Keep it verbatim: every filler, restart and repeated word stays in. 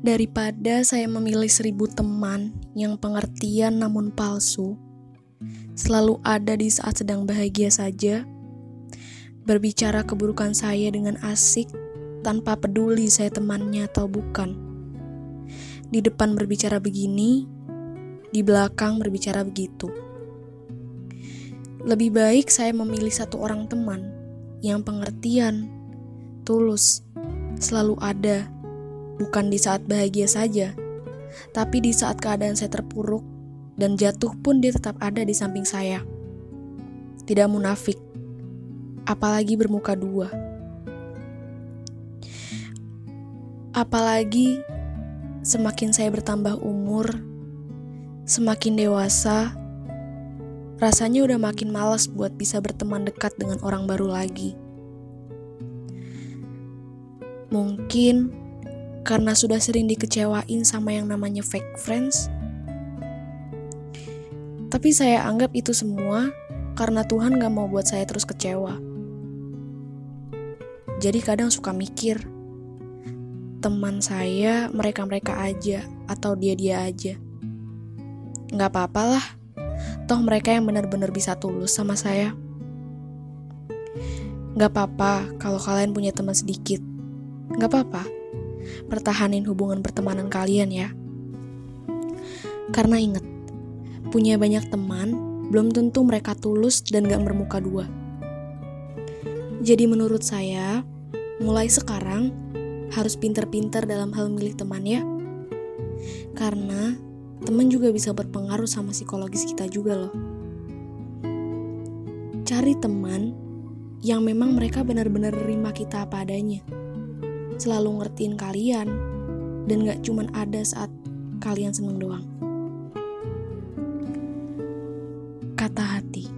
Daripada saya memilih seribu teman yang pengertian namun palsu, selalu ada di saat sedang bahagia saja, berbicara keburukan saya dengan asik tanpa peduli saya temannya atau bukan. Di depan berbicara begini, di belakang berbicara begitu. Lebih baik saya memilih satu orang teman yang pengertian, tulus, selalu ada, bukan di saat bahagia saja, tapi di saat keadaan saya terpuruk dan jatuh pun dia tetap ada di samping saya. Tidak munafik, apalagi bermuka dua. Apalagi semakin saya bertambah umur, semakin dewasa, rasanya udah makin malas buat bisa berteman dekat dengan orang baru lagi. Mungkin karena sudah sering dikecewain sama yang namanya fake friends. Tapi saya anggap itu semua karena Tuhan gak mau buat saya terus kecewa. Jadi kadang suka mikir, teman saya mereka-mereka aja atau dia-dia aja. Gak apa-apa lah, toh mereka yang benar-benar bisa tulus sama saya. Gak apa-apa kalau kalian punya teman sedikit. Gak apa-apa, pertahanin hubungan pertemanan kalian ya. Karena ingat, punya banyak teman belum tentu mereka tulus dan gak bermuka dua. Jadi menurut saya, mulai sekarang harus pinter-pinter dalam hal milih teman ya. Karena teman juga bisa berpengaruh sama psikologis kita juga loh. Cari teman yang memang mereka benar-benar nerima kita apa adanya, selalu ngertiin kalian, dan gak cuman ada saat kalian seneng doang. Kata hati.